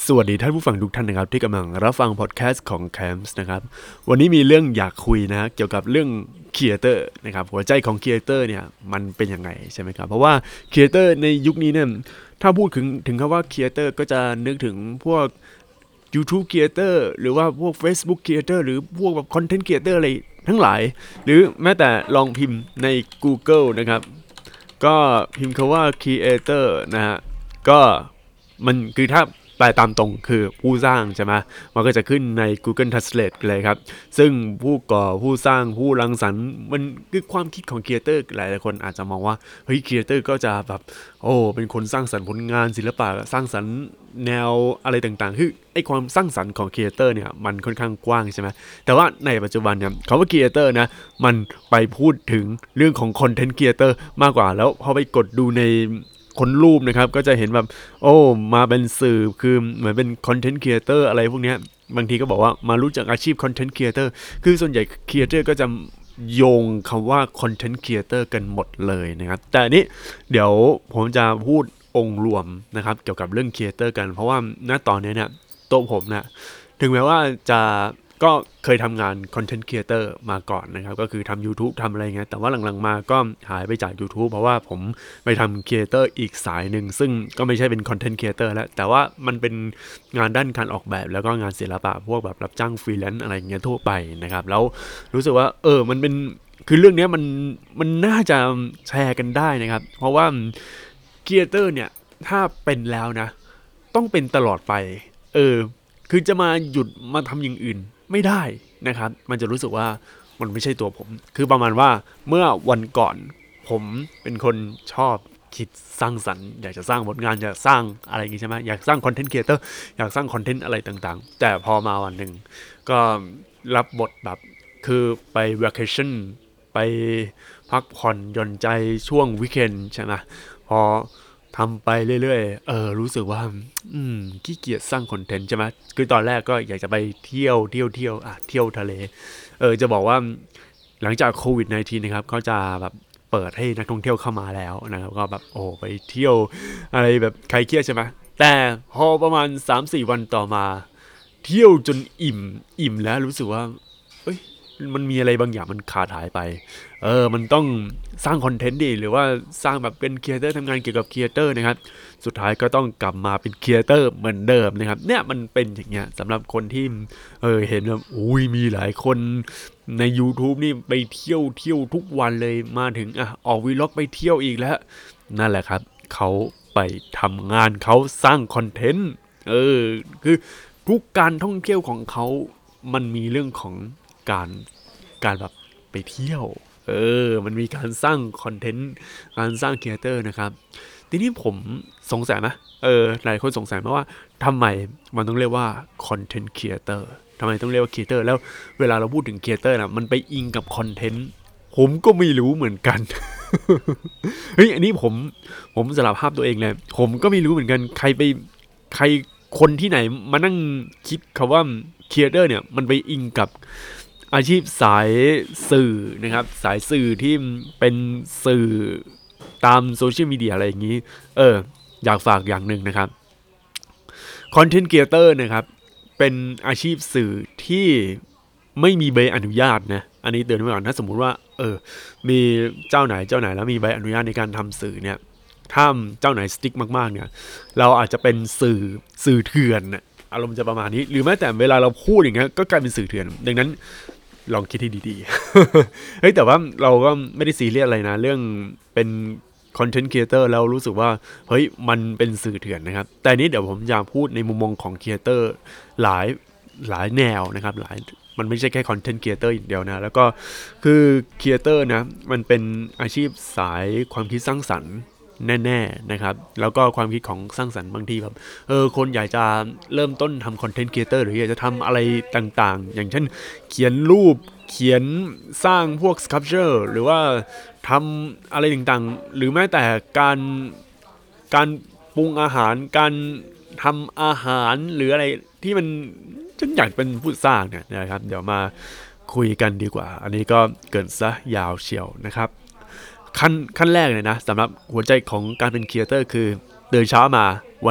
สวัสดีท่านผู้ฟังทุกท่านนะครับที่กำลังรับฟังพอดแคสต์ของ Camps นะครับวันนี้มีเรื่องอยากคุยนะเกี่ยวกับเรื่องครีเอเตอร์นะครับหัวใจของครีเอเตอร์เนี่ยมันเป็นยังไงใช่ไหมครับเพราะว่าครีเอเตอร์ในยุคนี้เนี่ยถ้าพูดถึงคำว่าครีเอเตอร์ก็จะนึกถึงพวก YouTube Creator หรือว่าพวก Facebook Creator หรือพวกแบบ Content Creator อะไรทั้งหลายหรือแม้แต่ลองพิมพ์ใน Google นะครับก็พิมพ์คำว่า Creator นะฮะก็มันคือถ้าแปลตามตรงคือผู้สร้างใช่ไหมมันก็จะขึ้นใน Google Translate เลยครับซึ่งผู้ก่อผู้สร้างผู้รังสรรค์มันคือความคิดของครีเอเตอร์หลายๆคนอาจจะมองว่าเฮ้ยครีเอเตอร์ก็จะแบบโอ้เป็นคนสร้างสรรค์ผลงานศิลปะสร้างสรรค์แนวอะไรต่างๆคือไอความสร้างสรรค์ของครีเอเตอร์เนี่ยมันค่อนข้างกว้างใช่ไหมแต่ว่าในปัจจุบันเนี่ยคำว่าครีเอเตอร์นะมันไปพูดถึงเรื่องของคอนเทนต์ครีเอเตอร์มากกว่าแล้วพอไปกดดูในคนรูปนะครับก็จะเห็นแบบโอ้มาเป็นสื่อคือเหมือนเป็นคอนเทนต์ครีเอเตอร์อะไรพวกนี้บางทีก็บอกว่ามารู้จักอาชีพคอนเทนต์ครีเอเตอร์คือส่วนใหญ่ครีเอเตอร์ก็จะโยงคำว่าคอนเทนต์ครีเอเตอร์กันหมดเลยนะครับแต่อันนี้เดี๋ยวผมจะพูดองค์รวมนะครับเกี่ยวกับเรื่องครีเอเตอร์กันเพราะว่าณตอนนี้เนี่ยตัวผมเนี่ยถึงแม้ว่าจะก็เคยทำงานคอนเทนต์ครีเอเตอร์มาก่อนนะครับก็คือทำ YouTube ทำอะไรเงี้ยแต่ว่าหลังๆมาก็หายไปจาก YouTube เพราะว่าผมไปทำครีเอเตอร์อีกสายหนึ่งซึ่งก็ไม่ใช่เป็นคอนเทนต์ครีเอเตอร์แล้วแต่ว่ามันเป็นงานด้านการออกแบบแล้วก็งานศิลปะพวกแบบรับจ้างฟรีแลนซ์อะไรเงี้ยทั่วไปนะครับแล้วรู้สึกว่ามันเป็นคือเรื่องนี้มันน่าจะแชร์กันได้นะครับเพราะว่าครีเอเตอร์เนี่ยถ้าเป็นแล้วนะต้องเป็นตลอดไปเออคือจะมาหยุดมาทำอย่างอื่นไม่ได้นะครับมันจะรู้สึกว่ามันไม่ใช่ตัวผมคือประมาณว่าเมื่อวันก่อนผมเป็นคนชอบคิดสร้างสรรค์อยากจะสร้างผลงานอยากสร้างอะไรอย่างงี้ใช่ไหมอยากสร้างคอนเทนต์ครีเอเตอร์อยากสร้างคอนเทนต์อะไรต่างๆแต่พอมาวันหนึ่งก็รับบทแบบคือไป vacation ไปพักผ่อนหย่อนใจช่วงวีคเอนใช่ไหมพอทำไปเรื่อยๆรู้สึกว่าขี้เกียจสร้างคอนเทนต์ใช่ไหมคือตอนแรกก็อยากจะไปเที่ยวทะเลจะบอกว่าหลังจากโควิด-19 นะครับเขาจะแบบเปิดให้นักท่องเที่ยวเข้ามาแล้วนะครับก็แบบโอ้ไปเที่ยวอะไรแบบใครเครียดใช่ไหมแต่พอประมาณ3-4 วันต่อมาเที่ยวจนอิ่มแล้วรู้สึกว่าเอ้ยมันมีอะไรบางอย่างมันขาดหายไปมันต้องสร้างคอนเทนต์ดิหรือว่าสร้างแบบเป็นครีเอเตอร์ทำงานเกี่ยวกับครีเอเตอร์นะครับสุดท้ายก็ต้องกลับมาเป็นครีเอเตอร์เหมือนเดิมนะครับเนี่ยมันเป็นอย่างเงี้ยสำหรับคนที่เห็นแบบอุ้ยมีหลายคนใน YouTube นี่ไปเที่ยวทุกวันเลยมาถึงออกวีล็อกไปเที่ยวอีกแล้วนั่นแหละครับเขาไปทำงานเขาสร้างคอนเทนต์คือทุกการท่องเที่ยวของเขามันมีเรื่องของการการแบบไปเที่ยวมันมีการสร้างคอนเทนต์การสร้างครีเอเตอร์นะครับทีนี้ผมสงสัยไหมหลายคนสงสัยไหมว่าทำไมมันต้องเรียกว่าคอนเทนต์ครีเอเตอร์ทำไมต้องเรียกว่าครีเอเตอร์แล้วเวลาเราพูดถึงครีเอเตอร์นะมันไปอิงกับคอนเทนต์ผมก็ไม่รู้เหมือนกันเฮ้ยอันนี้ผมสารภาพตัวเองเลยผมก็ไม่รู้เหมือนกันใครคนที่ไหนมานั่งคิดคำว่าครีเอเตอร์เนี่ยมันไปอิงกับอาชีพสายสื่อนะครับสายสื่อที่เป็นสื่อตามโซเชียลมีเดียอะไรอย่างนี้อยากฝากอย่างหนึ่งนะครับคอนเทนต์ครีเอเตอร์นะครับเป็นอาชีพสื่อที่ไม่มีใบอนุญาตนะอันนี้เตือนไว้ก่อนถ้าสมมุติว่ามีเจ้าไหนแล้วมีใบอนุญาตในการทำสื่อเนี่ยถ้าเจ้าไหนสติ๊กมากๆเนี่ยเราอาจจะเป็นสื่อเถื่อนอารมณ์จะประมาณนี้หรือแม้แต่เวลาเราพูดอย่างเงี้ยก็กลายเป็นสื่อเถื่อนดังนั้นลองคิดให้ดีๆเฮ้ยแต่ว่าเราก็ไม่ได้ซีเรียสอะไรนะเรื่องเป็นคอนเทนต์ครีเอเตอร์แล้วรู้สึกว่าเฮ้ยมันเป็นสื่อเถื่อนนะครับแต่นี้เดี๋ยวผมจะพูดในมุมมองของครีเอเตอร์หลายหลายแนวนะครับมันไม่ใช่แค่คอนเทนต์ครีเอเตอร์อย่างเดียวนะแล้วก็คือครีเอเตอร์นะมันเป็นอาชีพสายความคิดสร้างสรรค์แน่ๆนะครับแล้วก็ความคิดของสร้างสรรค์บางทีแบบคนอยากจะเริ่มต้นทำคอนเทนต์ครีเอเตอร์หรืออยากจะทำอะไรต่างๆอย่างเช่นเขียนรูปเขียนสร้างพวกสครับเจอร์หรือว่าทำอะไรต่างๆหรือแม้แต่การปรุงอาหารการทำอาหารหรืออะไรที่มันฉันอยากเป็นผู้สร้างเนี่ยนะครับเดี๋ยวมาคุยกันดีกว่าอันนี้ก็เกินซะยาวเชียวนะครับขั้นแรกเลยนะสำหรับหัวใจของการเป็นครีเอเตอร์คือตื่นเช้ามาวันเนี้ย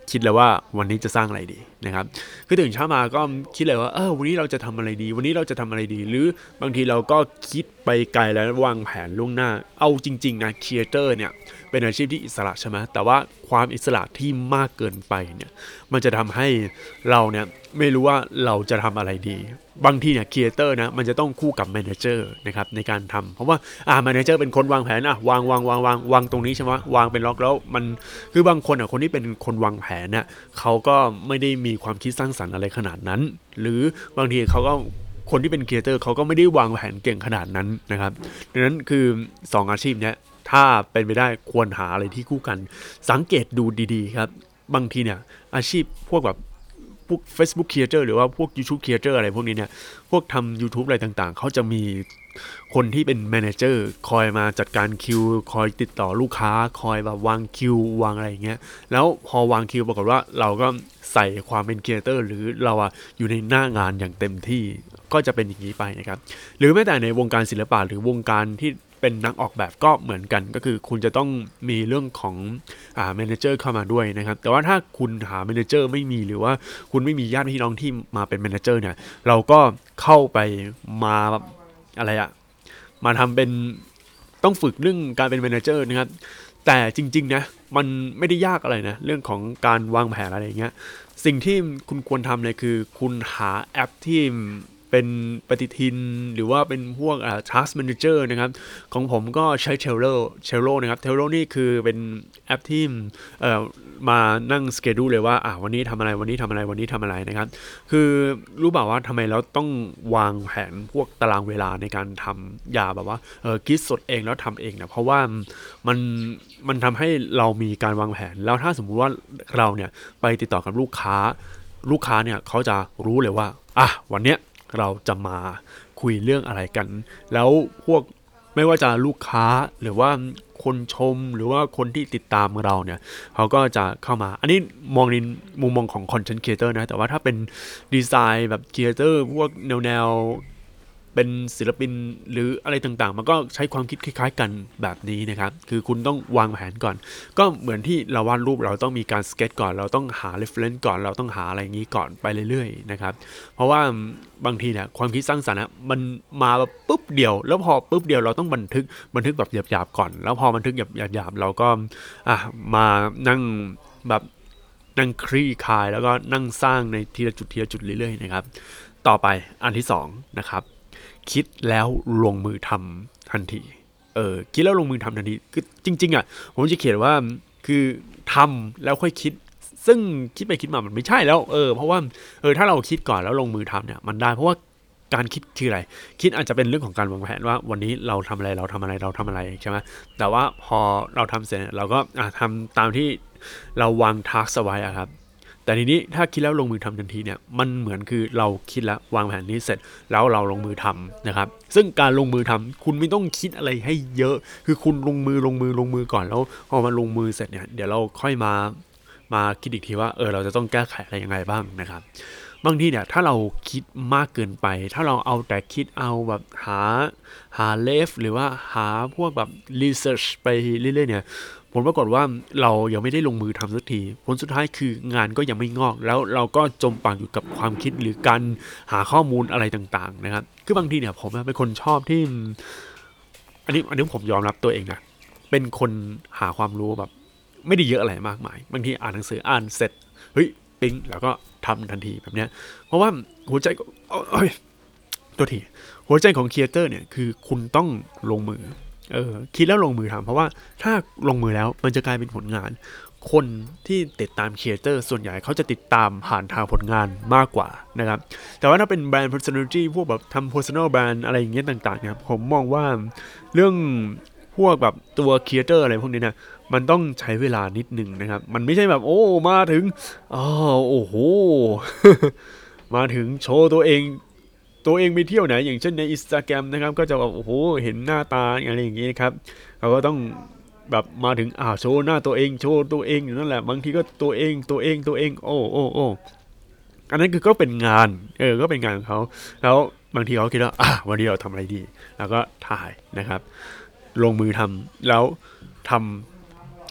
คิดเลยว่าวันนี้จะสร้างอะไรดีนะครับคือตื่นเช้ามาก็คิดเลยว่าวันนี้เราจะทำอะไรดีวันนี้เราจะทำอะไรดีหรือบางทีเราก็คิดไปไกลแล้ววางแผนล่วงหน้าเอาจริงๆนะครีเอเตอร์เนี่ยเป็นอาชีพที่อิสระใช่ไหมแต่ว่าความอิสระที่มากเกินไปเนี่ยมันจะทำให้เราเนี่ยไม่รู้ว่าเราจะทำอะไรดีบางทีเนี่ยครีเอเตอร์นะมันจะต้องคู่กับแมเนเจอร์นะครับในการทำเพราะว่าแมเนเจอร์เป็นคนวางแผนวางตรงนี้ใช่ไหมวางเป็นล็อกแล้วมันคือบางคนคนที่เป็นคนวางแผนเนี่ยเขาก็ไม่ได้มีความคิดสร้างสรรค์อะไรขนาดนั้นหรือบางทีเขาก็คนที่เป็นครีเอเตอร์เขาก็ไม่ได้วางแผนเก่งขนาดนั้นนะครับดังนั้นคือ2อาชีพเนี้ยถ้าเป็นไปได้ควรหาอะไรที่คู่กันสังเกตดูดีๆครับบางทีเนี่ยอาชีพพวกแบบพวก Facebook Creator หรือว่าพวก YouTube Creator อะไรพวกนี้เนี่ยพวกทำ YouTube อะไรต่างๆเขาจะมีคนที่เป็นแมเนเจอร์คอยมาจัดการคิวคอยติดต่อลูกค้าคอยแบบวางคิววางอะไรอย่างเงี้ยแล้วพอวางคิวปรากฏว่าเราก็ใส่ความเป็นครีเอเตอร์หรือเราอยู่ในหน้างานอย่างเต็มที่ก็จะเป็นอย่างนี้ไปนะครับหรือแม้แต่ในวงการศิลปะหรือวงการที่เป็นนักออกแบบก็เหมือนกันก็คือคุณจะต้องมีเรื่องของแมเนเจอร์เข้ามาด้วยนะครับแต่ว่าถ้าคุณหาแมเนเจอร์ไม่มีหรือว่าคุณไม่มีญาติพี่น้องที่มาเป็นแมเนเจอร์เนี่ยเราก็เข้าไปมาอะไรมาทำเป็นต้องฝึกเรื่องการเป็นแมเนเจอร์นะครับแต่จริงๆนะมันไม่ได้ยากอะไรนะเรื่องของการวางแผนอะไรอย่างเงี้ยสิ่งที่คุณควรทำเลยคือคุณหาแอปที่เป็นปฏิทินหรือว่าเป็นพวกtask manager นะครับของผมก็ใช้ Trello นะครับ Trello นี่คือเป็นแอปที่มานั่งสเกดูเลยว่าวันนี้ทำอะไรวันนี้ทำอะไรวันนี้ทำอะไรนะครับคือรู้เปล่าว่าทำไมเราต้องวางแผนพวกตารางเวลาในการทำอย่าแบบว่าคิดสดเองแล้วทำเองเนี่ยเพราะว่ามันทำให้เรามีการวางแผนแล้วถ้าสมมุติว่าเราเนี่ยไปติดต่อกับลูกค้าเนี่ยเขาจะรู้เลยว่าวันเนี้ยเราจะมาคุยเรื่องอะไรกันแล้วพวกไม่ว่าจะลูกค้าหรือว่าคนชมหรือว่าคนที่ติดตามเราเนี่ยเขาก็จะเข้ามาอันนี้มองในมุมมองของ Content Creator นะแต่ว่าถ้าเป็นดีไซน์แบบ Creator พวกแนวเป็นศิลปินหรืออะไรต่างๆมันก็ใช้ความคิดคล้ายๆกันแบบนี้นะครับคือคุณต้องวางแผนก่อนก็เหมือนที่เราวาดรูปเราต้องมีการสเก็ตก่อนเราต้องหา reference ก่อนเราต้องหาอะไรอย่างนี้ก่อนไปเรื่อยๆนะครับเพราะว่าบางทีเนี่ยความคิดสร้างสรรค์มันมาแบบปุ๊บเดียวแล้วพอปุ๊บเดียวเราต้องบันทึกแบบหยาบๆก่อนแล้วพอบันทึกหยาบๆเราก็มานั่งแบบนั่งคลี่คลายแล้วก็นั่งสร้างในทีละจุดเรื่อยๆนะครับต่อไปอันที่2นะครับคิดแล้วลงมือทำทันทีคิดแล้วลงมือทำทันทีคือจริงๆผมจะเขียนว่าคือทำแล้วค่อยคิดซึ่งคิดไปคิดมามันไม่ใช่แล้วเพราะว่าถ้าเราคิดก่อนแล้วลงมือทำเนี่ยมันได้เพราะว่าการคิดคืออะไรคิดอาจจะเป็นเรื่องของการวางแผนว่าวันนี้เราทำอะไรใช่ไหมแต่ว่าพอเราทำเสร็จเราก็ทำตามที่เราวางทาร์กเอาไว้ครับแต่ทีนี้ถ้าคิดแล้วลงมือทำทันทีเนี่ยมันเหมือนคือเราคิดแล้ววางแผนนี้เสร็จแล้วเราลงมือทำนะครับซึ่งการลงมือทำคุณไม่ต้องคิดอะไรให้เยอะคือคุณลงมือก่อนแล้วพอมาลงมือเสร็จเนี่ยเดี๋ยวเราค่อยมาคิดอีกทีว่าเราจะต้องแก้ไขอะไรยังไงบ้างนะครับบางทีเนี่ยถ้าเราคิดมากเกินไปถ้าเราเอาแต่คิดเอาแบบหาเลฟหรือว่าหาพวกแบบรีเสิร์ชไปเรื่อยๆเนี่ยผลปรากฏว่าเรายังไม่ได้ลงมือทำสักทีผลสุดท้ายคืองานก็ยังไม่งอกแล้วเราก็จมปลักอยู่กับความคิดหรือการหาข้อมูลอะไรต่างๆนะครับคือบางทีเนี่ยผมเป็นคนชอบที่อันนี้ผมยอมรับตัวเองนะเป็นคนหาความรู้แบบไม่ได้เยอะอะไรมากมายบางทีอ่านหนังสืออ่านเสร็จเฮ้ยปิ๊งแล้วก็ทำทันทีแบบเนี้ยเพราะว่าหัวใจตัวทีหัวใจของครีเอเตอร์เนี่ยคือคุณต้องลงมือคิดแล้วลงมือทำเพราะว่าถ้าลงมือแล้วมันจะกลายเป็นผลงานคนที่ติดตามครีเอเตอร์ส่วนใหญ่เขาจะติดตามผ่านทางผลงานมากกว่านะครับแต่ว่าถ้าเป็นแบรนด์ personality พวกแบบทำ personal brand อะไรอย่างเงี้ยต่างๆเนี่ยผมมองว่าเรื่องพวกแบบตัวครีเอเตอร์อะไรพวกนี้นะมันต้องใช้เวลานิดนึงนะครับมันไม่ใช่แบบมาถึงโอ้โห มาถึงโชว์ตัวเองไปเที่ยวไหนอย่างเช่นใน Instagram นะครับก็จะแบบโอ้โหเห็นหน้าตาอะไรอย่างงี้นะครับเขาก็ต้องแบบมาถึงโชว์หน้าตัวเองโชว์ตัวเองอยู่นั่นแหละบางทีก็ตัวเองโอ้อันนั้นคือก็เป็นงานก็เป็นงานของเขาแล้วบางทีเขาคิดว่าวันนี้เราทำอะไรดีแล้วก็ถ่ายนะครับลงมือทำแล้วท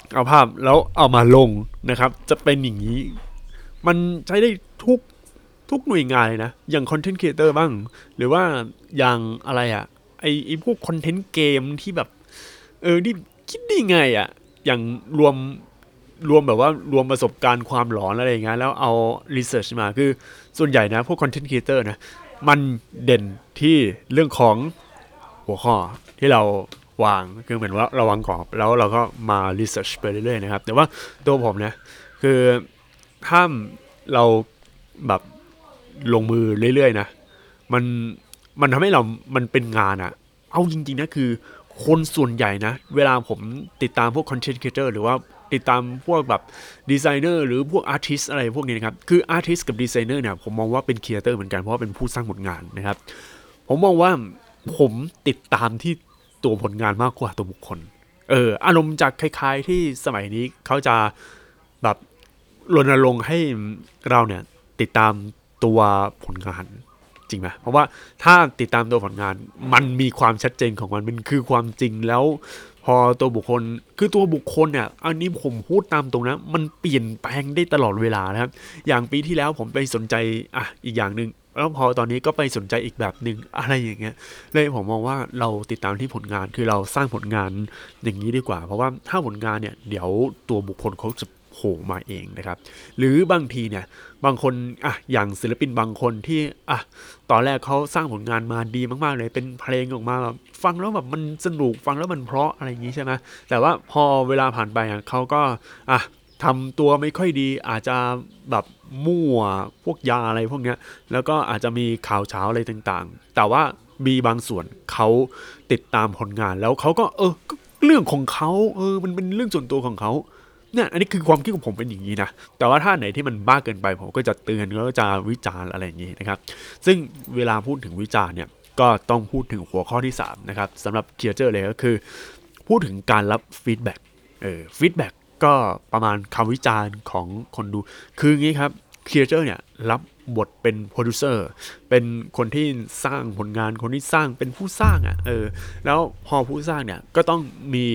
เอาภาพแล้วเอามาลงนะครับจะเป็นอย่างนี้มันใช้ได้ทุกหน่วยงานเลยนะอย่างคอนเทนต์ครีเอเตอร์บ้างหรือว่าอย่างอะไรอะไอพวกคอนเทนต์เกมที่แบบนี่คิดได้ไงอะอย่างรวมแบบว่ารวมประสบการณ์ความหลอนอะไรอย่างเงี้ยแล้วเอารีเสิร์ชมาคือส่วนใหญ่นะพวกคอนเทนต์ครีเอเตอร์นะมันเด่นที่เรื่องของหัวข้อที่เราวางคือเหมือนว่าเราวางกรอบแล้วเราก็มารีเสิร์ชไปเรื่อยๆนะครับแต่ว่าตัวผมนะคือถ้าเราแบบลงมือเรื่อยๆนะมันมันทำให้เรามันเป็นงานอะเอาจริงๆนะคือคนส่วนใหญ่นะเวลาผมติดตามพวกคอนเทนต์ครีเอเตอร์หรือว่าติดตามพวกแบบดีไซเนอร์หรือพวกอาร์ติสอะไรพวกนี้นะครับคืออาร์ติสกับดีไซเนอร์เนี่ยผมมองว่าเป็นครีเอเตอร์เหมือนกันเพราะว่าเป็นผู้สร้างผลงานนะครับผมมองว่าผมติดตามที่ตัวผลงานมากกว่าตัวบุคคลอารมณ์จากคล้ายๆที่สมัยนี้เขาจะแบบรณรงค์ให้เราเนี่ยติดตามตัวผลงานจริงไหมเพราะว่าถ้าติดตามตัวผลงานมันมีความชัดเจนของมันคือความจริงแล้วพอตัวบุคคลคือตัวบุคคลเนี่ยอันนี้ผมพูดตามตรงนะมันเปลี่ยนแปลงได้ตลอดเวลานะครับอย่างปีที่แล้วผมไปสนใจอีกอย่างหนึ่งแล้วพอตอนนี้ก็ไปสนใจอีกแบบหนึ่งอะไรอย่างเงี้ยเลยผมมองว่าเราติดตามที่ผลงานคือเราสร้างผลงานอย่างนี้ดีกว่าเพราะว่าถ้าผลงานเนี่ยเดี๋ยวตัวบุคคลเขาจะโผล่มาเองนะครับหรือบางทีเนี่ยบางคนอย่างศิลปินบางคนที่ตอนแรกเขาสร้างผลงานมาดีมากๆเลยเป็นเพลงออกมาแบบฟังแล้วแบบมันสนุกฟังแล้วมันเพราะอะไรอย่างนี้ใช่ไหมแต่ว่าพอเวลาผ่านไปเขาก็ทำตัวไม่ค่อยดีอาจจะแบบมั่วพวกยาอะไรพวกเนี้ยแล้วก็อาจจะมีข่าวเช้าอะไรต่างๆแต่ว่ามีบางส่วนเขาติดตามผลงานแล้วเขาก็ก็เรื่องของเขามันเป็นเรื่องส่วนตัวของเขาเนี่ยอันนี้คือความคิดของผมเป็นอย่างนี้นะแต่ว่าถ้าไหนที่มันบ้าเกินไปผมก็จะเตือนแล้วก็จะวิจารณ์อะไรอย่างนี้นะครับซึ่งเวลาพูดถึงวิจารณ์เนี่ยก็ต้องพูดถึงหัวข้อที่3นะครับสำหรับเคียร์เจอร์เลยก็คือพูดถึงการรับฟีดแบ็กฟีดแบ็กก็ประมาณคำวิจารณ์ของคนดูคืออย่างนี้ครับครีเอเตอร์เนี่ยรับบทเป็นโปรดิวเซอร์เป็นคนที่สร้างผลงานคนที่สร้างเป็นผู้สร้างแล้วพอผู้สร้างเนี่ยก็ต้องมี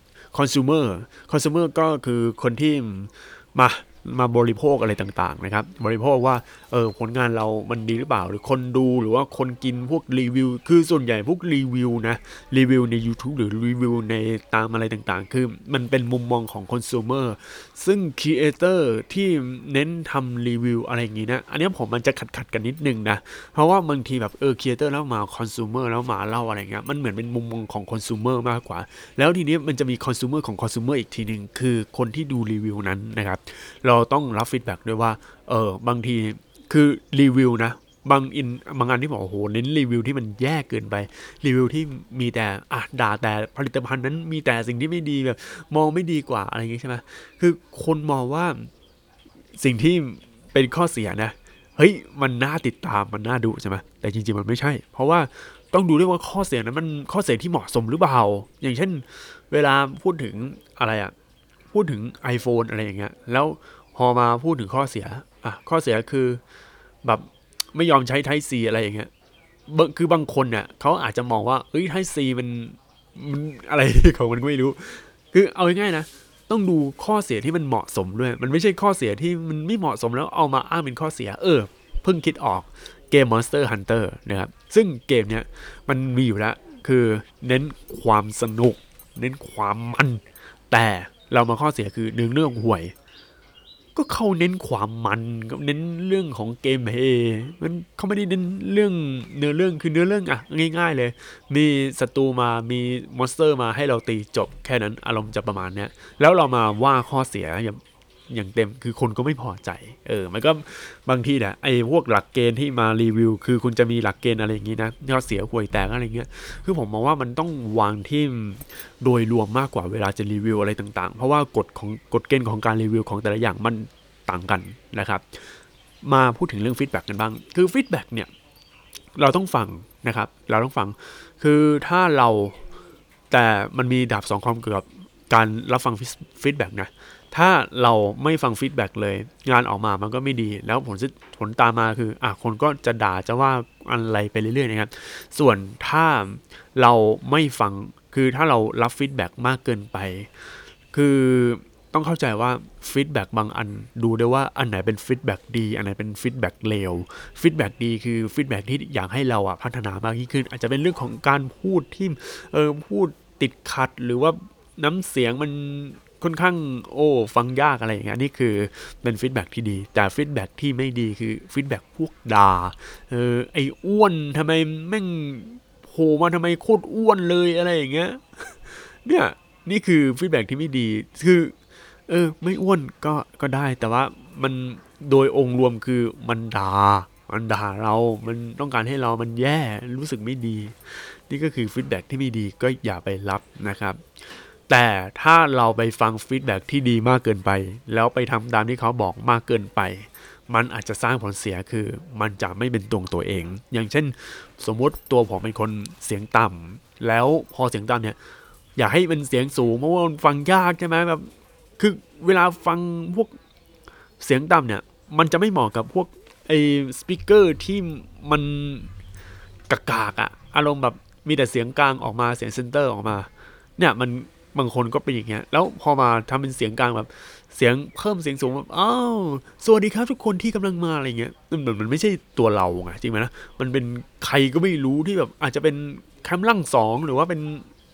คอน sumer ก็คือคนที่มามาบริโภคอะไรต่างๆนะครับบริโภคว่าผลงานเรามันดีหรือเปล่าหรือคนดูหรือว่าคนกินพวกรีวิวคือส่วนใหญ่พวกรีวิวนะรีวิวใน YouTube หรือรีวิวในตามอะไรต่างๆคือมันเป็นมุมมองของคอน sumer ซึ่งครีเอเตอร์ที่เน้นทำรีวิวอะไรอย่างงี้นะอันนี้ผมมันจะขัดกันนิดนึงนะเพราะว่าบางทีแบบครีเอเตอร์แล้วมาคอน sumer แล้วมาเล่าอะไรเงี้ยมันเหมือนเป็นมุมมองของคอน sumer มากกว่าแล้วทีนี้มันจะมีคอน sumer ของคอน sumer อีกทีนึงคือคนที่ดูรีวิวนั้นนะครับเราต้องรับฟีดแบ็กด้วยว่าบางทีคือรีวิวนะบางอันที่บอกโอ้โหเน้นรีวิวที่มันแย่เกินไปรีวิวที่มีแต่ด่าแต่ผลิตภัณฑ์นั้นมีแต่สิ่งที่ไม่ดีแบบมองไม่ดีกว่าอะไรอย่างงี้ใช่ไหมคือคนมองว่าสิ่งที่เป็นข้อเสียนะเฮ้ยมันน่าติดตามมันน่าดูใช่ไหมแต่จริงๆมันไม่ใช่เพราะว่าต้องดูด้วยว่าข้อเสียนั้นมันข้อเสียที่เหมาะสมหรือเปล่าอย่างเช่นเวลาพูดถึงอะไรพูดถึง iPhone อะไรอย่างเงี้ยแล้วพอมาพูดถึงข้อเสียข้อเสียคือแบบไม่ยอมใช้ Type C อะไรอย่างเงี้ยคือบางคนเนี่ยเขาอาจจะมองว่าType C มันอะไรของมันก็ไม่รู้คือเอาง่ายๆนะต้องดูข้อเสียที่มันเหมาะสมด้วยมันไม่ใช่ข้อเสียที่มันไม่เหมาะสมแล้วเอามาอ้างเป็นข้อเสียเพิ่งคิดออกเกม Monster Hunter นะครับซึ่งเกมเนี้ยมันมีอยู่แล้วคือเน้นความสนุกเน้นความมันแต่เรามาข้อเสียคือเรื่องห่วยก็เขาเน้นความมันก็เน้นเรื่องของเกมเพย์มันเขาไม่ได้เน้นเรื่องเนื้อเรื่องคือเนื้อเรื่องง่ายๆเลยมีศัตรูมามีมอนสเตอร์มาให้เราตีจบแค่นั้นอารมณ์จะประมาณเนี้ยแล้วเรามาว่าข้อเสียอย่างเต็มคือคนก็ไม่พอใจมันก็บางทีเนี่ยไอ้พวกหลักเกณฑ์ที่มารีวิวคือคุณจะมีหลักเกณฑ์อะไรอย่างงี้นะข้อเสียห่วยแตกอะไรเงี้ยคือผมมองว่ามันต้องวางที่โดยรวมมากกว่าเวลาจะรีวิวอะไรต่างๆเพราะว่ากฎเกณฑ์ของการรีวิวของแต่ละอย่างมันต่างกันนะครับมาพูดถึงเรื่องฟีดแบ็กกันบ้างคือฟีดแบ็กเนี่ยเราต้องฟังนะครับเราต้องฟังคือถ้าเราแต่มันมีดาบสองคมเกี่ยวกับการรับฟังฟีดแบ็กนะถ้าเราไม่ฟังฟีดแบ็กเลยงานออกมามันก็ไม่ดีแล้วผลตามมาคือคนก็จะด่าจะว่าอะไรไปเรื่อยๆนะครับส่วนถ้าเราไม่ฟังคือถ้าเรารับฟีดแบ็กมากเกินไปคือต้องเข้าใจว่าฟีดแบ็กบางอันดูได้ว่าอันไหนเป็นฟีดแบ็กดีอันไหนเป็นฟีดแบ็กเลวฟีดแบ็กดีคือฟีดแบ็กที่อยากให้เราพัฒนามากยิ่งขึ้นอาจจะเป็นเรื่องของการพูดที่พูดติดขัดหรือว่าน้ำเสียงมันค่อนข้างฟังยากอะไรอย่างเงี้ยนี่คือเป็นฟีดแบ็กที่ดีแต่ฟีดแบ็กที่ไม่ดีคือฟีดแบ็กพวกด่าไอ้อ้วนทำไมแม่งโผล่มาทำไมโคตรอ้วนเลยอะไรอย่างเงี้ยเนี่ยนี่คือฟีดแบ็กที่ไม่ดีคือไม่อ้วนก็ได้แต่ว่ามันโดยองค์รวมคือมันด่าเรา มันต้องการให้เรามันแย่รู้สึกไม่ดีนี่ก็คือฟีดแบ็กที่ไม่ดีก็อย่าไปรับนะครับแต่ถ้าเราไปฟังฟีดแบ็กที่ดีมากเกินไปแล้วไปทำตามที่เขาบอกมากเกินไปมันอาจจะสร้างผลเสียคือมันจะไม่เป็นตัวเองอย่างเช่นสมมติตัวผมเป็นคนเสียงต่ำแล้วพอเสียงต่ำเนี่ยอยากให้มันเสียงสูงเพราะว่ามันฟังยากใช่ไหมแบบคือเวลาฟังพวกเสียงต่ำเนี่ยมันจะไม่เหมาะกับพวกไอ้สปีกเกอร์ที่มันกากอารมณ์แบบมีแต่เสียงกลางออกมาเสียงเซนเตอร์ออกมาเนี่ยมันบางคนก็เป็นอย่างเงี้ยแล้วพอมาทำเป็นเสียงกลางแบบเสียงเพิ่มเสียงสูงแบบอ้าวสวัสดีครับทุกคนที่กำลังมาอะไรเงี้ยมันไม่ใช่ตัวเราไงจริงไหมนะมันเป็นใครก็ไม่รู้ที่แบบอาจจะเป็นแคมลั่งสองหรือว่าเป็น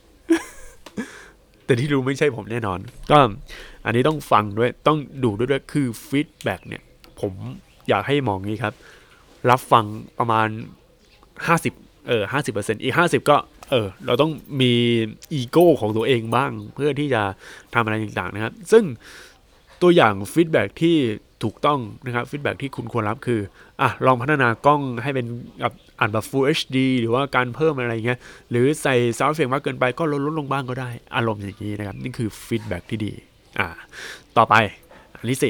แต่ที่รู้ไม่ใช่ผมแน่นอนก็อันนี้ต้องฟังด้วยต้องดูด้วยคือฟีดแบ็กเนี่ยผมอยากให้มองงี้ครับรับฟังประมาณ5050%อีก50ก็เราต้องมีอีโก้ของตัวเองบ้างเพื่อที่จะทำอะไรต่างๆนะครับซึ่งตัวอย่างฟีดแบ็กที่ถูกต้องนะครับฟีดแบ็กที่คุณควรรับคือลองพัฒนากล้องให้เป็นแบบอ่านแบบ Full HD หรือว่าการเพิ่มอะไรเงี้ยหรือใส่ Sound Effect มากเกินไปก็ลดลงบ้างก็ได้อารมณ์อย่างนี้นะครับนี่คือฟีดแบ็กที่ดีต่อไปอันที่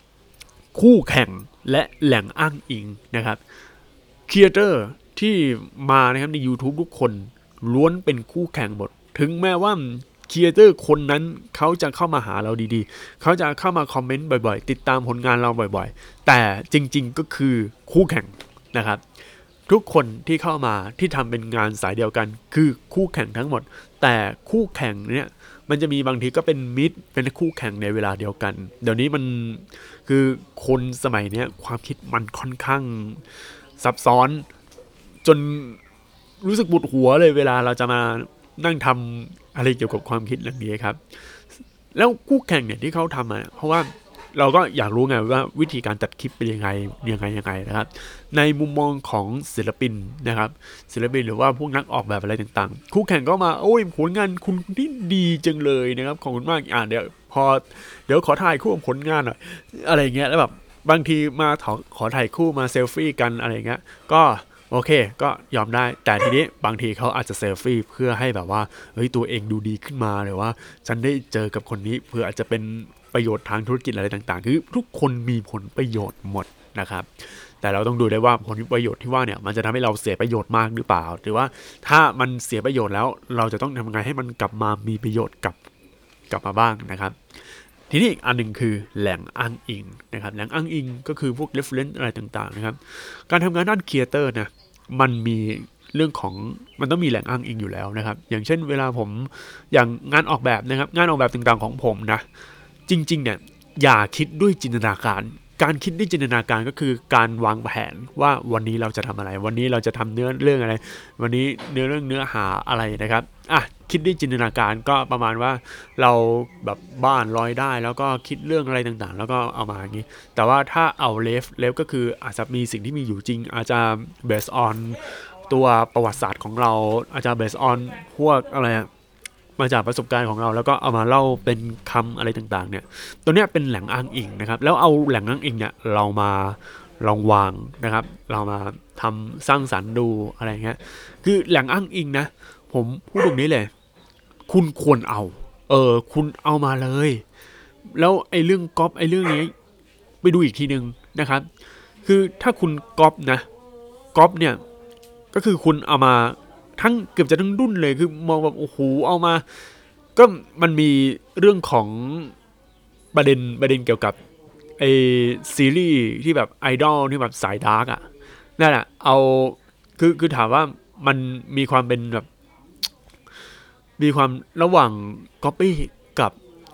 4คู่แข่งและแหล่งอ้างอิงนะครับครีเอเตอร์ที่มานะครับใน YouTube ทุกคนล้วนเป็นคู่แข่งหมดถึงแม้ว่าครีเอเตอร์คนนั้นเขาจะเข้ามาหาเราดีๆเขาจะเข้ามาคอมเมนต์บ่อยๆติดตามผลงานเราบ่อยๆแต่จริงๆก็คือคู่แข่งนะครับทุกคนที่เข้ามาที่ทำเป็นงานสายเดียวกันคือคู่แข่งทั้งหมดแต่คู่แข่งเนี่ยมันจะมีบางทีก็เป็นมิตรเป็นคู่แข่งในเวลาเดียวกันเดี๋ยวนี้มันคือคนสมัยนี้ความคิดมันค่อนข้างซับซ้อนจนรู้สึกปวดหัวเลยเวลาเราจะมานั่งทำอะไรเกี่ยวกับความคิดเรื่องนี้ครับแล้วคู่แข่งเนี่ยที่เขาทำเพราะว่าเราก็อยากรู้ไงว่าวิธีการตัดคลิปเป็นยังไงนะครับในมุมมองของศิลปินนะครับศิลปินหรือว่าพวกนักออกแบบอะไรต่างๆคู่แข่งก็มาโอ้ยผลงานคุณที่ดีจังเลยนะครับขอบคุณมากเดี๋ยวขอถ่ายคู่กับผลงานหน่อยอะไรเงี้ยแล้วแบบบางทีมาขอถ่ายคู่มาเซลฟี่กันอะไรเงี้ยก็โอเคก็ยอมได้แต่ทีนี้บางทีเขาอาจจะเซลฟี่เพื่อให้แบบว่าเฮ้ยตัวเองดูดีขึ้นมาหรือว่าฉันได้เจอกับคนนี้เพื่ออาจจะเป็นประโยชน์ทางธุรกิจอะไรต่างๆคือทุกคนมีผลประโยชน์หมดนะครับแต่เราต้องดูได้ว่าผลประโยชน์ที่ว่าเนี่ยมันจะทำให้เราเสียประโยชน์มากหรือเปล่าหรือว่าถ้ามันเสียประโยชน์แล้วเราจะต้องทำยังไงให้มันกลับมามีประโยชน์กลับมาบ้างนะครับทีนี้อีกอันหนึ่งคือแหล่งอ้างอิงนะครับแหล่งอ้างอิงก็คือพวก reference อะไรต่างๆนะครับการทำงานด้านครีเอเตอร์นะมันมีเรื่องของมันต้องมีแหล่งอ้างอิงอยู่แล้วนะครับอย่างเช่นเวลาผมอย่างงานออกแบบนะครับงานออกแบบต่างๆของผมนะจริงๆเนี่ยอย่าคิดด้วยจินตนาการคิดด้วยจินตนาการก็คือการวางแผนว่าวันนี้เราจะทำอะไรวันนี้เราจะทำเรื่องอะไรวันนี้เนื้อหาอะไรนะครับคิดด้วยจินตนาการก็ประมาณว่าเราแบบบ้านลอยได้แล้วก็คิดเรื่องอะไรต่างๆแล้วก็เอามาอย่างนี้แต่ว่าถ้าเอาเลฟก็คืออาจจะมีสิ่งที่มีอยู่จริงอาจจะ based on ตัวประวัติศาสตร์ของเราอาจจะ based on พวกอะไรมาจากประสบการณ์ของเราแล้วก็เอามาเล่าเป็นคำอะไรต่างๆเนี่ยตัวเนี้ยเป็นแหล่งอ้างอิงนะครับแล้วเอาแหล่งอ้างอิงเนี่ยเรามาลองวางนะครับเรามาทำสร้างสรรค์ดูอะไรเงี้ยคือแหล่งอ้างอิงนะผมพูดตรงนี้เลยคุณควรเอาคุณเอามาเลยแล้วไอ้เรื่องก๊อปไอ้เรื่องนี้ไปดูอีกทีนึงนะครับคือถ้าคุณก๊อปนะก๊อปเนี่ยก็คือคุณเอามาทั้งเกือบจะทั้งรุ่นเลยคือมองแบบโอ้โหเอามาก็มันมีเรื่องของประเด็นเกี่ยวกับไอซีรีส์ที่แบบไอดอลที่แบบสายดาร์กนั่นแหละเอาคือถามว่ามันมีความเป็นแบบมีความระหว่างก๊อปปี้กับ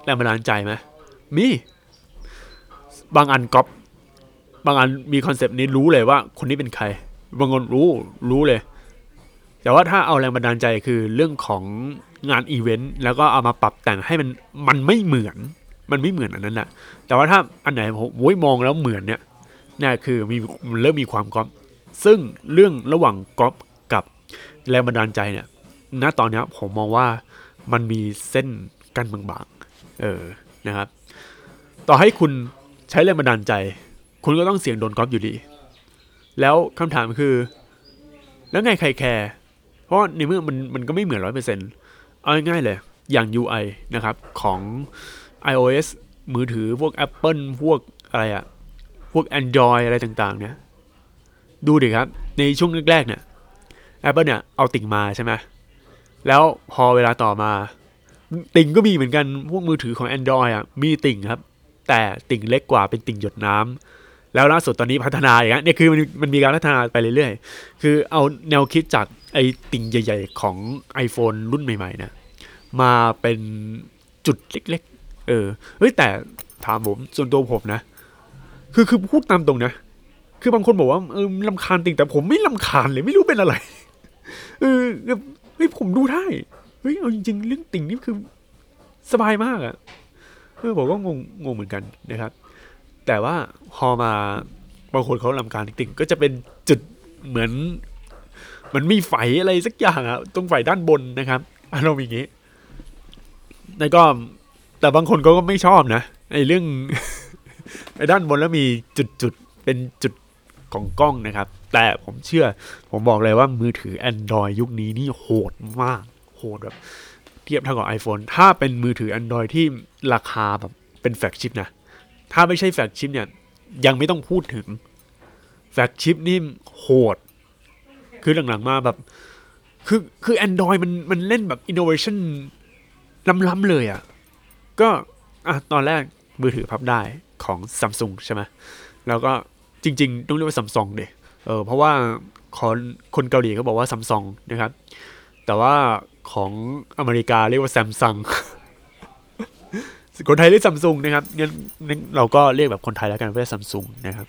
แรงบันดาลใจไหมมีบางอันก๊อปบางอันมีคอนเซปต์นี้รู้เลยว่าคนนี้เป็นใครบางคนรู้เลยแต่ว่าถ้าเอาแรงบันดาลใจคือเรื่องของงานอีเวนต์แล้วก็เอามาปรับแต่งให้มันไม่เหมือนอันนั้นแหละแต่ว่าถ้าอันไหนผมมองแล้วเหมือนเนี่ยคือมันเริ่มมีความก๊อปซึ่งเรื่องระหว่างก๊อปกับแรงบันดาลใจเนี่ยณตอนนี้ผมมองว่ามันมีเส้นกันบางๆนะครับต่อให้คุณใช้แรงบันดาลใจคุณก็ต้องเสี่ยงโดนก๊อปอยู่ดีแล้วคำถามคือแล้วไงใครแคร์เพราะในเมื่อมันก็ไม่เหมือน 100% เอาง่ายๆเลยอย่าง UI นะครับของ iOS มือถือพวก Apple พวกอะไรพวก Android อะไรต่างๆเนี่ยดูดิครับในช่วงแรกๆเนี่ย Apple เนี่ยเอาติ่งมาใช่ไหมแล้วพอเวลาต่อมาติ่งก็มีเหมือนกันพวกมือถือของ Android มีติ่งครับแต่ติ่งเล็กกว่าเป็นติ่งหยดน้ำแล้วล่าสุดตอนนี้พัฒนาอย่างเงี้ยเนี่ยคือมันมีการพัฒนาไปเรื่อยๆคือเอาแนวคิดจากไอ้ติ่งใหญ่ๆของ iPhone รุ่นใหม่ๆเนี่ยมาเป็นจุดเล็กๆเฮ้ยแต่ถามผมส่วนตัวผมนะคือพูดตามตรงนะคือบางคนบอกว่ารำคาญติ่งแต่ผมไม่รำคาญเลยไม่รู้เป็นอะไรเฮ้ยผมดูได้เฮ้ยเอาจริงๆเรื่องติ่งนี่คือสบายมากอะผมก็งงเหมือนกันนะครับแต่ว่าพอมาบางคนเขารำคาญติ่งก็จะเป็นจุดเหมือนมันมีไฟอะไรสักอย่างตรงไฟด้านบนนะครับอารมณ์อย่างนี้แล้วก็แต่บางคนก็ไม่ชอบนะไอ้เรื่อง ไอ้ด้านบนแล้วมีจุดเป็นจุดของกล้องนะครับแต่ผมบอกเลยว่ามือถือ Android ยุคนี้นี่โหดมากโหดแบบเทียบเท่ากับ iPhone ถ้าเป็นมือถือ Android ที่ราคาแบบเป็นแฟลกชิพนะถ้าไม่ใช่แฟลกชิพเนี่ยยังไม่ต้องพูดถึงแฟลกชิพนี่โหดคือหลังๆมาแบบคือ Android มันเล่นแบบ innovation ล้ำๆเลยก็ตอนแรกมือถือพับได้ของ Samsung ใช่ไหมแล้วก็จริงๆต้องเรียกว่า Samsung เดเพราะว่าคนเกาหลีเขาบอกว่า Samsung นะครับแต่ว่าของอเมริกาเรียกว่า Samsung คนไทยเรียก Samsung นะครับงั้นเราก็เรียกแบบคนไทยแล้วกันว่า Samsung นะครับ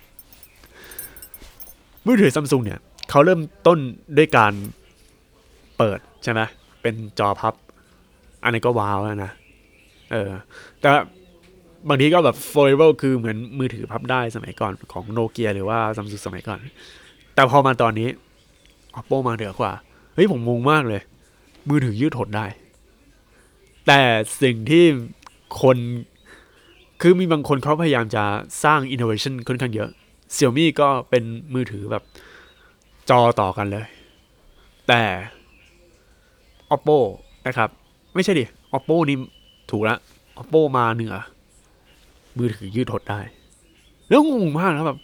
มือถือ Samsung เนี่ยเขาเริ่มต้นด้วยการเปิดใช่ไหมเป็นจอพับอันนี้ก็ว้าวแล้วนะแต่บางทีก็แบบ foldable คือเหมือนมือถือพับได้สมัยก่อนของโนเกียหรือว่า Samsung สมัยก่อนแต่พอมาตอนนี้ Oppo มาเหนือกว่าเฮ้ยผมงงมากเลยมือถือยืดหดได้แต่สิ่งที่คนคือมีบางคนเขาพยายามจะสร้าง innovation ค่อนข้างเยอะ Xiaomi ก็เป็นมือถือแบบจอต่อกันเลยแต่ Oppo นะครับไม่ใช่ดิ Oppo นี่ถูกละ Oppo มาเหนือมือถือยืดหดได้แล้วงงมากนะแบบ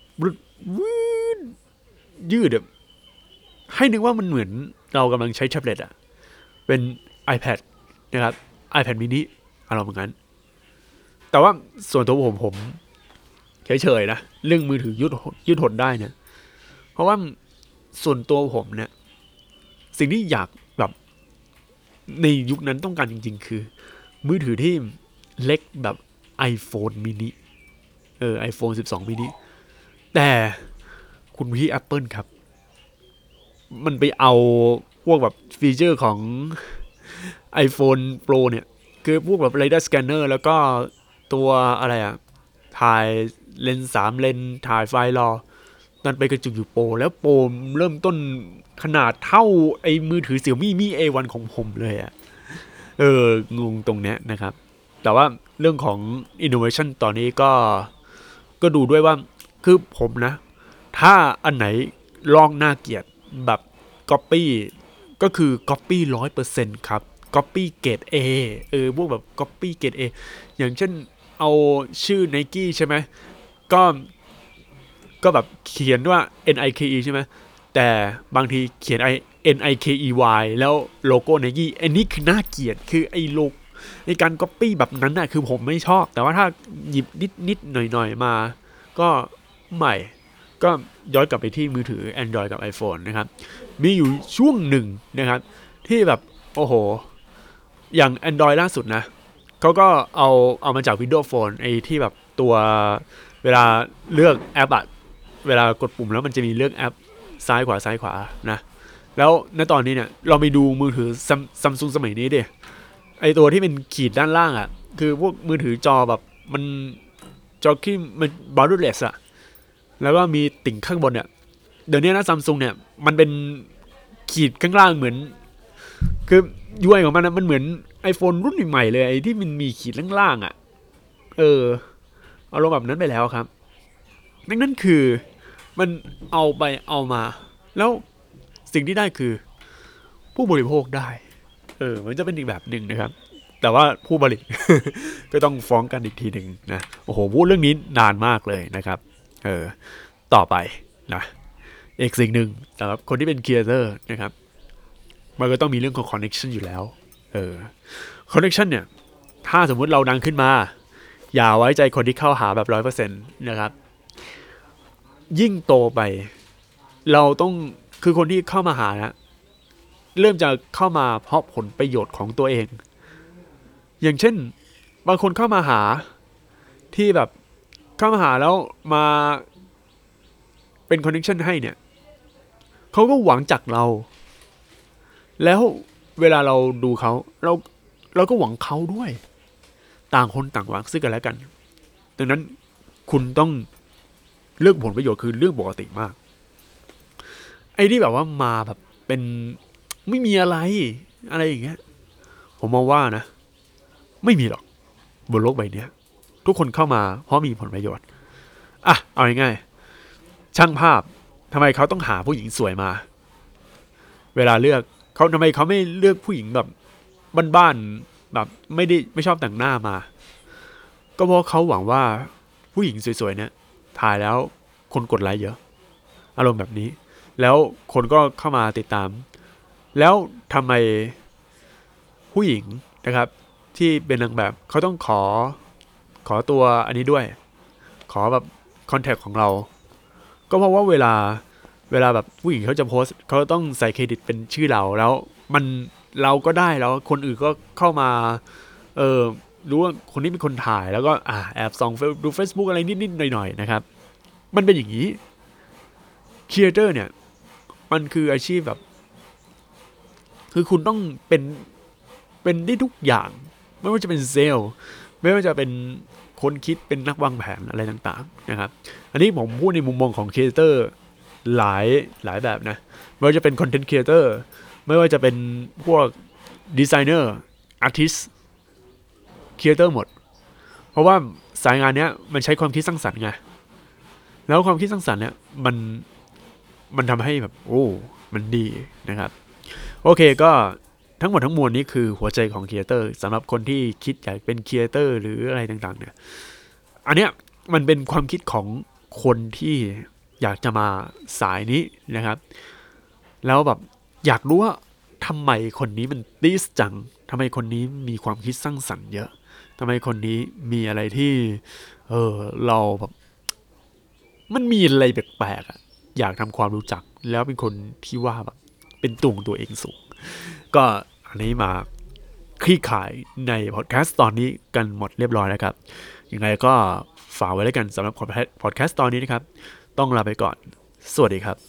ยืดแบบให้นึกว่ามันเหมือนเรากำลังใช้แท็บเล็ตเป็น iPad นะครับ iPad mini อะไรเหมือนกันแต่ว่าส่วนตัวผมเฉยๆนะเรื่องมือถือยืดหดได้เนี่ยเพราะว่าส่วนตัวผมเนี่ยสิ่งที่อยากแบบในยุคนั้นต้องการจริงๆคือมือถือที่เล็กแบบ iPhone mini iPhone 12 mini แต่คุณพี่ Apple ครับมันไปเอาพวกแบบฟีเจอร์ของ iPhone Pro เนี่ยคือพวกแบบ Radar Scanner แล้วก็ตัวอะไรถ่ายเลนส์3เลนส์ถ่ายไฟล์รอนั่นไปกระจุกอยู่โปรแล้วโปรเริ่มต้นขนาดเท่าไอ้มือถือ Xiaomi Mi A1 ของผมเลยงงตรงเนี้ยนะครับแต่ว่าเรื่องของ innovation ตอนนี้ก็ดูด้วยว่าคือผมนะถ้าอันไหนลองน่าเกลียดแบบ copy ก็คือ copy 100% ครับ copy เกรด A พวกแบบ copy เกรด A อย่างเช่นเอาชื่อ Nike ใช่ไหมก็แบบเขียนว่า Nike ใช่ไหมแต่บางทีเขียนNikey แล้วโลโก้ Nike อันนี้คือน่าเกลียดคือไอ้โลกในการ copy แบบนั้นน่ะคือผมไม่ชอบแต่ว่าถ้าหยิบนิดหน่อยมาก็ใหม่ก็ย้อนกลับไปที่มือถือ Android กับ iPhone นะครับมีอยู่ช่วงหนึ่งนะครับที่แบบโอ้โหอย่าง Android ล่าสุดนะเขาก็เอามาจาก Windows Phone ไอ้ที่แบบตัวเวลาเลือกแอปอะเวลากดปุ่มแล้วมันจะมีเลือกแอปซ้ายขวานะแล้วในตอนนี้เนี่ยเราไปดูมือถือซัมซุงสมัยนี้ดิไอตัวที่เป็นขีดด้านล่างอะคือพวกมือถือจอแบบมันจอที่มันบอร์ดเลสอะแล้วก็มีติ่งข้างบนเนี่ยเดี๋ยวนี้นะซัมซุงเนี่ยมันเป็นขีดข้างล่างเหมือนคือยูไอของมันนะมันเหมือน iPhone รุ่นใหม่เลยไอ้ที่มันมีขีดล่างๆอ่ะเอาลงแบบนั้นไปแล้วครับนั่นคือมันเอาไปเอามาแล้วสิ่งที่ได้คือผู้บริโภคได้มันจะเป็นอีกแบบหนึ่งนะครับแต่ว่าผู้ผลิต ก็ต้องฟ้องกันอีกทีหนึ่งนะโอ้โหพูดเรื่องนี้นานมากเลยนะครับต่อไปนะอีกสิ่งหนึ่งสำหรับคนที่เป็นครีเอเตอร์นะครับมันก็ต้องมีเรื่องของคอนเนคชันอยู่แล้วคอนเนคชันเนี่ยถ้าสมมุติเราดังขึ้นมาอย่าไว้ใจคนที่เข้าหาแบบ 100% นะครับยิ่งโตไปเราต้องคือคนที่เข้ามาหานะเริ่มจะเข้ามาเพราะผลประโยชน์ของตัวเองอย่างเช่นบางคนเข้ามาหาที่แบบเข้ามาหาแล้วมาเป็นคอนเนคชันให้เนี่ยเขาก็หวังจากเราแล้วเวลาเราดูเขาเราก็หวังเขาด้วยต่างคนต่างหวังซึ่งกันและกันดังนั้นคุณต้องเรื่องผลประโยชน์คือเรื่องปกติมากไอ้ที่แบบว่ามาแบบเป็นไม่มีอะไรอย่างเงี้ยผมมองว่านะไม่มีหรอกบนโลกใบนี้ทุกคนเข้ามาเพราะมีผลประโยชน์เอาง่ายๆช่างภาพทำไมเขาต้องหาผู้หญิงสวยมาเวลาเลือกเขาทำไมเขาไม่เลือกผู้หญิงแบบบ้านๆแบบไม่ชอบแต่งหน้ามาก็เพราะเขาหวังว่าผู้หญิงสวยๆเนี่ยถ่ายแล้วคนกดไลค์เยอะอารมณ์แบบนี้แล้วคนก็เข้ามาติดตามแล้วทำไมผู้หญิงนะครับที่เป็นนางแบบเขาต้องขอตัวอันนี้ด้วยขอแบบคอนแทคของเราก็เพราะว่าเวลาแบบผู้หญิงเขาจะโพสเขาต้องใส่เครดิตเป็นชื่อแล้วมันเราก็ได้แล้วคนอื่นก็เข้ามารู้ว่าคนนี้เป็นคนถ่ายแล้วก็แอบส่องดู Facebook อะไรนิดๆหน่อยๆนะครับมันเป็นอย่างนี้ครีเอเตอร์เนี่ยมันคืออาชีพแบบคือคุณต้องเป็นได้ทุกอย่างไม่ว่าจะเป็นเซลล์ไม่ว่าจะเป็นคนคิดเป็นนักวางแผนอะไรต่างๆนะครับอันนี้ผมพูดในมุมมองของครีเอเตอร์หลายแบบนะไม่ว่าจะเป็นคอนเทนต์ครีเอเตอร์ไม่ว่าจะเป็นพวกดีไซเนอร์อาร์ติสต์ครีเอเตอร์หมดเพราะว่าสายงานเนี้ยมันใช้ความคิดสร้างสรรค์ไงแล้วความคิดสร้างสรรค์เนี่ยมันทำให้แบบมันดีนะครับโอเคก็ทั้งหมดทั้งมวลนี้คือหัวใจของครีเอเตอร์สำหรับคนที่คิดอยากเป็นครีเอเตอร์หรืออะไรต่างๆเนี่ยอันเนี้ยมันเป็นความคิดของคนที่อยากจะมาสายนี้นะครับแล้วแบบอยากรู้ว่าทำไมคนนี้มันติสจังทำไมคนนี้มีความคิดสร้างสรรค์เยอะทำไมคนนี้มีอะไรที่เราแบบมันมีอะไรแปลกๆอ่ะอยากทำความรู้จักแล้วเป็นคนที่ว่าแบบเป็นตัวเองสูงก็อันนี้มาคลี่ขายในพอดแคสต์ตอนนี้กันหมดเรียบร้อยแล้วครับยังไงก็ฝากไว้แล้วกันสำหรับพอดแคสต์ตอนนี้นะครับต้องลาไปก่อนสวัสดีครับ